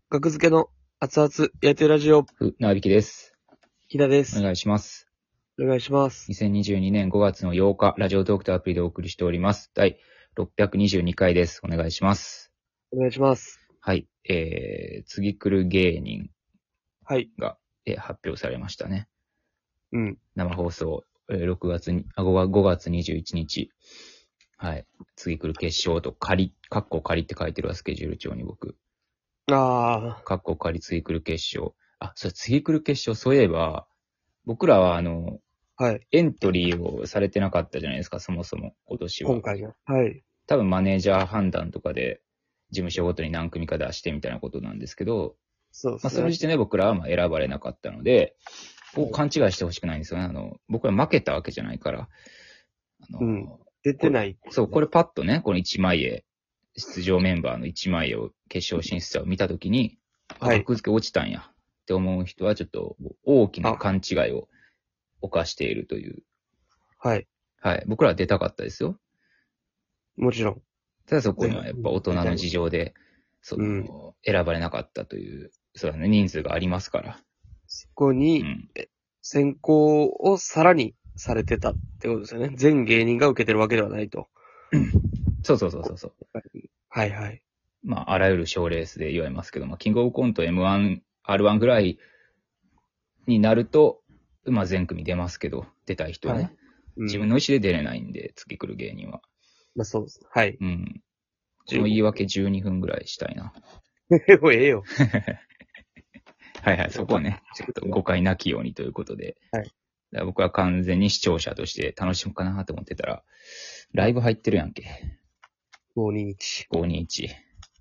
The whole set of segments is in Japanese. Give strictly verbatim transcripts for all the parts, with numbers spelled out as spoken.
学付けの熱々焼いてるラジオ、 ふ、なびきです。 木田です。 お願いします。 お願いします。 にせんにじゅうにねんごがつのようか、ラジオトークとアプリでお送りしております。第ろっぴゃくにじゅうにかいです。お願いします。 お願いします。 はい。えー、次来る芸人はい。 が、えー発表されましたね。 うん。 生放送、えー、ろくがつに、あ、ごがつにじゅういちにち。はい。次来る決勝と仮、カッコ仮って書いてるわ、スケジュール帳に僕。 あカッコ仮次来る決勝。あ、それ次来る決勝、そういえば、僕らはあの、 あ、はい。 エントリーをされてなかったじゃないですか、そもそも、今年は。 今回の。はい。 多分マネージャー判断とかで、事務所ごとに何組か出してみたいなことなんですけど、 そうですね。 まあ、その時点で僕らはまあ選ばれなかったので、こはいう勘違いしてほしくないんですよね。あの、僕ら負けたわけじゃないから。あの、 うん出てない。 そう、これパッとね、このいちまい絵、出場メンバーのいちまい絵を決勝進出者を見たときに、あ、 はい格付け落ちたんやって思う人はちょっと大きな勘違いを犯しているという。 はい。 はい。僕らは出たかったですよ。 もちろん。 ただそこにはやっぱ大人の事情で、その、 うん選ばれなかったという、そうだね、人数がありますから。 そこうに、 ん。 選考をさらにされてたってことですよね。全芸人が受けてるわけではないと。 そうそうそうそうそう。 はいはい。 まあ、あらゆる賞レースで言われますけど、まあ、キングオブコント エムワン、アールワン ぐらいになると、まあ、全組出ますけど、出たい人はね、 はいうん、 自分の意思で出れないんで、次来る芸人は。 まあそうです。はい。 うん。この言い訳じゅうにふんぐらいしたいな。 もうええよ。 はいはい、そこはね、ちょっと誤解なきようにということで。 はい。 だから僕は完全に視聴者として楽しむかなと思ってたら、ライブ入ってるやんけ。 ごにいち。 ごにいち。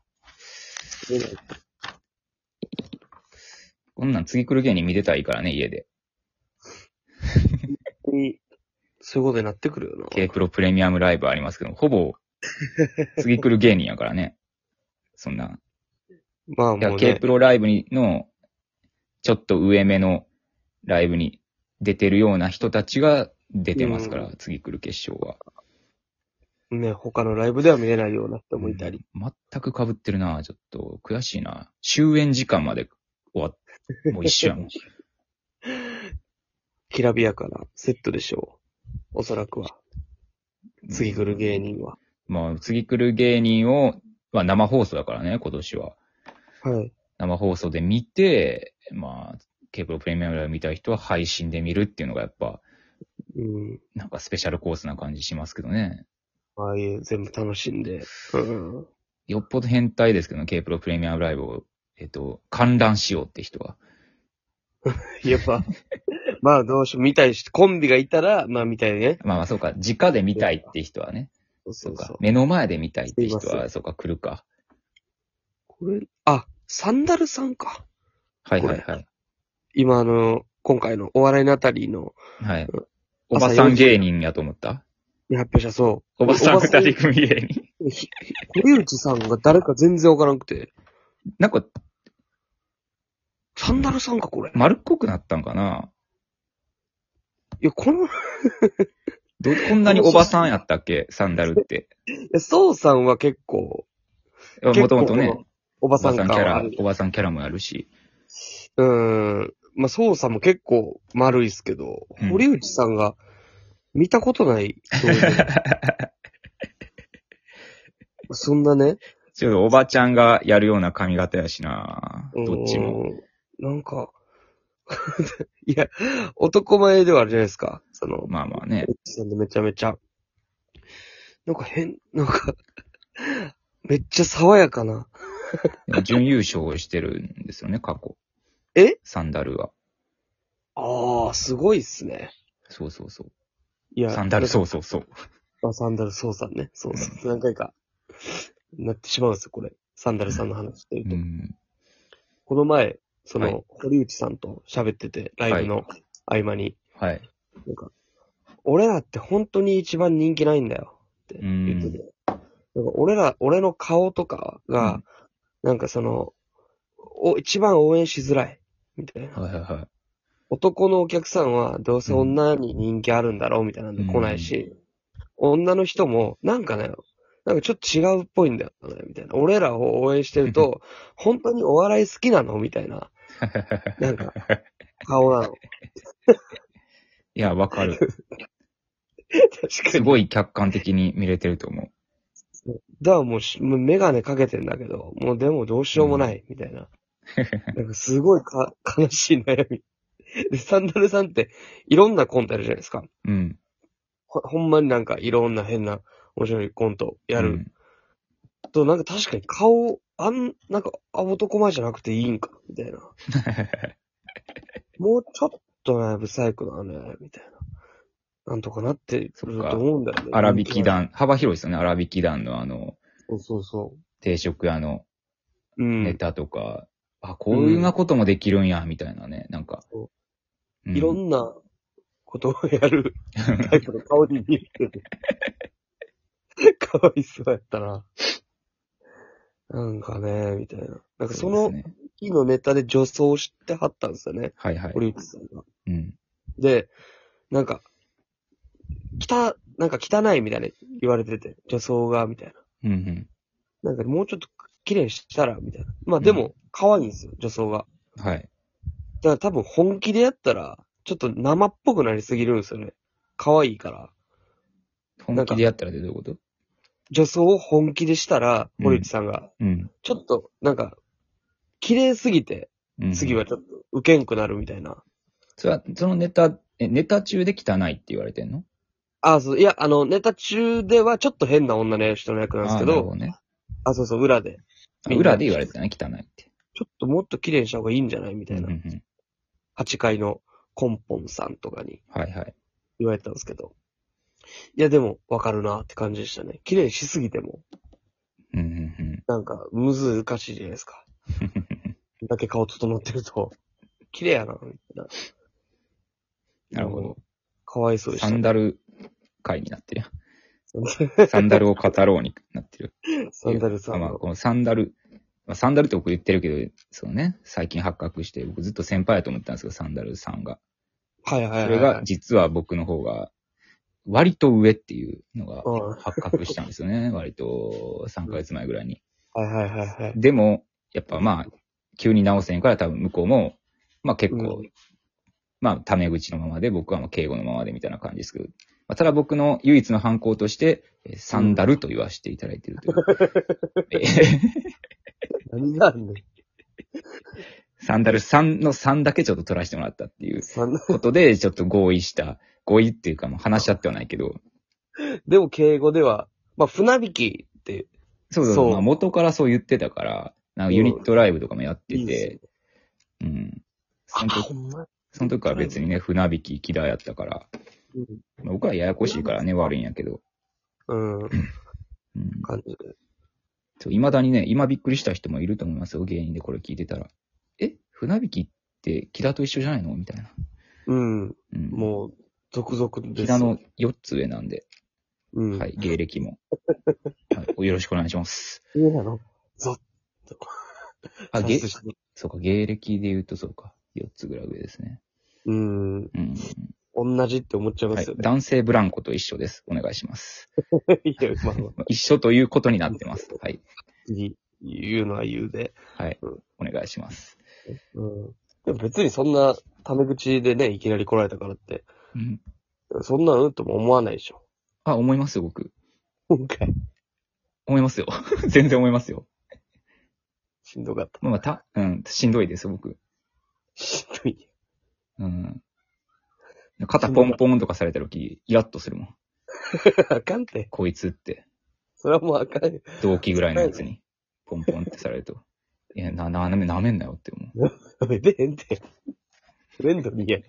こんなん次来る芸人見てたらいいからね、家で。 そういうことになってくるよな。 K プロプレミアムライブありますけど、ほぼ次来る芸人やからね。そんな。 まあもう、 いや、 ね。 K プロライブにの、ちょっと上目のライブに出てるような人たちが出てますから、 うん次来る決勝は。 ね、他のライブでは見れないような人もいたり。 うん、全く被ってるな、ちょっと悔しいな。終演時間まで終わっ、もう一緒やもん。 きらびやかなセットでしょう。おそらくは。次来る芸人は。 まあ、次来る芸人を、まあ生放送だからね、今年は。 はい。 生放送で見て、まあ、K プロプレミアムライブ見たい人は配信で見るっていうのがやっぱ、 うん。 なんかスペシャルコースな感じしますけどね。 ああいう全部楽しんで。うん。 よっぽど変態ですけど、K プロプレミアムライブを、えっと、観覧しようって人は。 やっぱ、まあどうしよう、見たいし、コンビがいたら、まあ見たいね。 まあまあそうか、直で見たいって人はね。 そうそうかそうそう。 目の前で見たいって人は、 すいませんそうか、来るか。 これ、あ、サンダルさんか。 はいはいはい。 今あの、今回のお笑いのあたりの、 はいうん。 おばさん芸人やと思ったに発表した、そう。 おばさんおばさん二人組芸人。 ひ堀内さんが誰か全然わからなくて。 なんか、 サンダルさんか、これ。い丸っこくなったんかなや、この、 ど、こんなにおばさんやったっけサンダルって。 いや、ソウさんは結構、 もともとね、 おばおばさんキャラさん感はある、。 おばさんキャラもあるし。 うーん。まあ、ソウさんも結構丸いっすけど、 うん堀内さんが見たことない動画そんなね。 ちょっとおばちゃんがやるような髪型やしな。どっちも。 うーん。なんか、いや、男前ではあるじゃないですか。その、 まあまあね。 堀内さんでめちゃめちゃ。なんか変、なんか、めっちゃ爽やかな。 でも準優勝してるんですよね、過去。 えサンダルは。 ああ、すごいっすね。 そうそうそう。 いや、 サンダル、 なんかそうそうそう。 あ、サンダルソウさんね。そうそう。何回か、なってしまうんですよ、これ。サンダルさんの話してると。 うん。 この前、そはいの、堀内さんと喋ってて、ライブの合間に、 はい。 なんか、俺らって本当に一番人気ないんだよって言ってて。なんか俺ら、俺の顔とかが、 うんなんかその、お、一番応援しづらい。みたいな。 はいはいはい。 男のお客さんはどうせ女に人気あるんだろうみたいなんで来ないし、女の人も、なんかね、 なんかちょっと違うっぽいんだよね、みたいな。俺らを応援してると、本当にお笑い好きなのみたいな。なんか、顔なの。 いや、わかる。 確かに。 すごい客観的に見れてると思う。 だからもうし、もうメガネかけてんだけど、もうでもどうしようもない、みたいな。なんかすごいか悲しい悩み。で、サンダルさんっていろんなコントやるじゃないですか。 うん。 ほ、ほんまになんかいろんな変な面白いコントやる。 うんと、なんか確かに顔、あん、なんか、あ、男前じゃなくていいんか、みたいな。もうちょっとね、ブサイクだね、みたいな。なんとかなってるそっかと思うんだよね。 荒引き団、幅広いですよね。荒引き団のあの、 そうそうそ定食屋のう。うん。 ネタとか、あ、こういうなこともできるんや、みたいなね。なんか。 そううんいろんなことをやるタイプの顔に見えてる。かわいそうやったな。なんかね、みたいな。なんかそのうですね。 日のネタで女装してはったんですよね。 はいはい。 堀内さんが。 うん。 で、なんか、きた、なんか汚いみたいな言われてて、女装が、みたいうんうん。 な。なんかもうちょっと綺麗にしたら、みたいな。まあでも、可愛いんですよ、女装が。 はい。 だから多分本気でやったら、ちょっと生っぽくなりすぎるんですよね。可愛いから。 本気でやったらってどういうこと女装を本気でしたら、 うん堀内さんが、 うん。 ちょっと、なんか、綺麗すぎて、 うん。 次はちょっと、受けんくなるみたいな。 それは、そのネタ、え、ネタ中で汚いって言われてんのあ、そう、いや、あの、ネタ中ではちょっと変な女の人の役なんですああ、 けど、 なるほどね。 あ、そうそう、裏で。 あみんな裏で言われてたね、汚いって。 ちょっともっと綺麗にした方がいいんじゃないみたいな。 うんうんうん。 はちかいのコンポンさんとかにはいはい。 言われたんですけど。いや、でも、わかるなって感じでしたね。綺麗にしすぎても、 うんうんうん。 なんか、難しいじゃないですか。だけ顔整ってると、綺麗やな、みたいな。 なるほど。 かわいそうでしたね。 サンダル会になってるやん。サンダルを語ろうになってる。 サンダルさんまあ、 の。 このサンダル、まあ、サンダルって僕言ってるけど、そうね、最近発覚して、僕ずっと先輩やと思ったんですけど、サンダルさんが。 はいはいはい、はい。 それが、実は僕の方が、割と上っていうのがうん発覚したんですよね。割とさんかげつまえぐらいに。 はいはいはいはい。 でも、やっぱまあ、急に直せんから多分向こうも、まあ結構、 うんまあ、タメ口のままで、僕はもう敬語のままでみたいな感じですけど、まあ、ただ僕の唯一の反抗として、えーサンダルと言わせていただいているという。 何があんねん。 サンダルさんのさんだけちょっと取らせてもらったっていうサンダことで、ちょっと合意した、合意っていうかもう話し合ってはないけど、 でも敬語では、まあ、船引きって、 そうそうそうまあ、元からそう言ってたから、なんかユニットライブとかもやっていいですよて、うん。 あその、時ほんま。 その時から別にね、船引き嫌いやったから、まあ、僕はややこしいからね、悪いんやけど、 うん。うん。 うん。 感じで。 そう、未だにね、今びっくりした人もいると思いますよ、芸人でこれ聞いてたら。え、船引きって木田と一緒じゃないのみたいな。 うん。 うん。 もう、続々です。 木田のよっつ上なんで、 うん。 はい、芸歴も。はい、よろしくお願いします。 上なのぞっと。 あ、芸、 察してそうか、芸歴で言うとそうか、よっつぐらい上ですね。 うん。 うん。 同じって思っちゃいまはいすよ、ね。 男性ブランコと一緒です。お願いします。 い、や、まあ、まあ、 一緒ということになってます。はい。 次、言うのは言うで。 はいうん。 お願いします。 うん。でも別にそんな、タメ口でね、いきなり来られたからって、 うん。 そんなのとも思わないでしょ。 あ、思いますよ、僕。 今回、 思いますよ。全然思いますよ。 しんどかった。 まあ、た、うん、しんどいです、僕。 しんどい。 うん。肩ポンポンとかされた時、イラッとするもん。 あかんて。 こいつって。 それはもうあかんよ。 同期ぐらいのやつに、ポンポンってされると。いや、な、な、なめ、なめんなよって思う。 ダメでへんて。フレンドにや。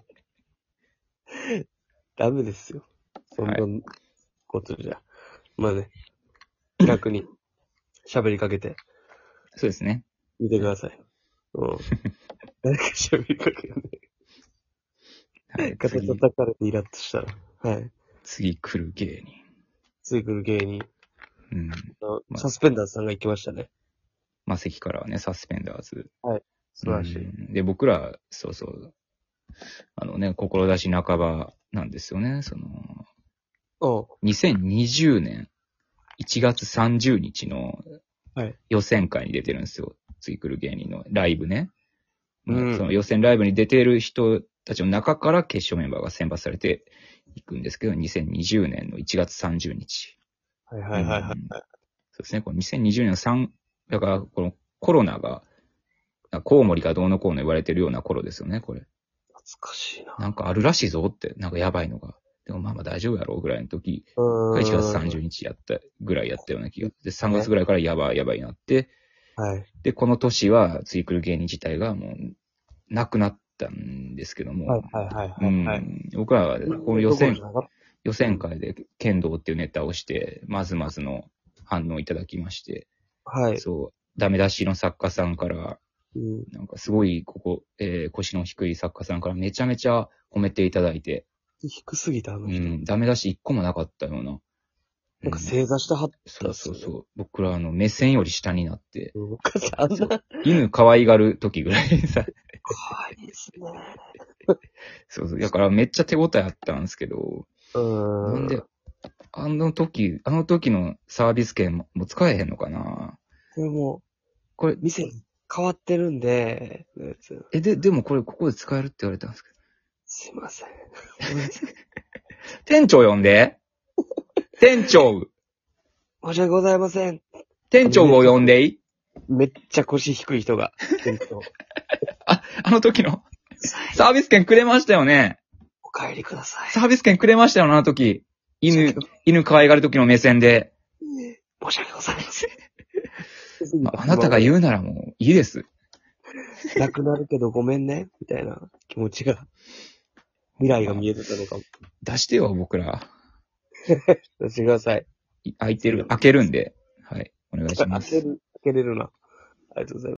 ダメですよ。そんなことじゃ。まあね、気楽に喋りかけてそうですね。 みてください。うん。誰か喋りかけるね。 はい、 肩次、 叩かれてイラッとしたら。はい。 次来る芸人。 次来る芸人。 うん。 あまあサスペンダーズさんが行きましたね。 まあ、席からはね、サスペンダーズ。 素晴らしい。 うんで、僕ら、そうそう。あのね、志半ばなんですよね。その、 おう。 にせんにじゅうねんいちがつさんじゅうにちのはい予選会に出てるんですよ。ツイクル芸人のライブね。まあうんその予選ライブに出てる人たちの中から決勝メンバーが選抜されていくんですけど、にせんにじゅうねんのいちがつさんじゅうにち。 はいはいはいはい。 うんそうですね。このにせんにじゅうねんのさん、だからこのコロナが、コウモリがどうのこうの言われてるような頃ですよね、これ。 懐かしいな。 なんかあるらしいぞって、なんかやばいのが。でもまあまあ大丈夫やろうぐらいの時うーん。 がいちがつさんじゅうにちやったぐらいやったような気が。で、さんがつぐらいからやばいやばいになって、 はい。 で、この年はツイクル芸人自体がもうなくなったんですけども、 はいはいはいうんはいはい。 僕らはこの予選どころじゃなかっ予選会で剣道っていうネタをして、まずまずの反応いただきまして、 たはい。 そう、ダメ出しの作家さんから、 うん。 なんかすごい、ここ、えー腰の低い作家さんからめちゃめちゃ褒めていただいて、 低すぎた、あうの人。 ん、ダメ出し一個もなかったような。 なんかうん正座してはっそうそうそう。僕らあの目線より下になって、 うん。昔あんな、か犬可愛がる時ぐらいさ、 わいいですね。 そうそう。だからめっちゃ手応えあったんですけど、 うーん。 なんで、あの時、あの時のサービス券ももう使えへんのかなこれもこれう、、店変わってるんで、やつえ、で、でもこれここで使えるって言われたんですけど。 すいません。ごめんなさい店長呼んで店長申し訳ございません。 店長を呼んでいいめっちゃ腰低い人が。店長あ、あの時のサービス券くれましたよね。 お帰りください。 サービス券くれましたよね、あの時。犬、犬可愛がる時の目線で。 申し訳ございません。 ああなたが言うならもういいです。 なくなるけどごめんね、みたいな気持ちが、未来が見えてたのかも。 出してよ、僕ら。 出してください。 い開いてる、開けるんで。はい。お願いします。 開ける、開けれるな。ありがとうございます。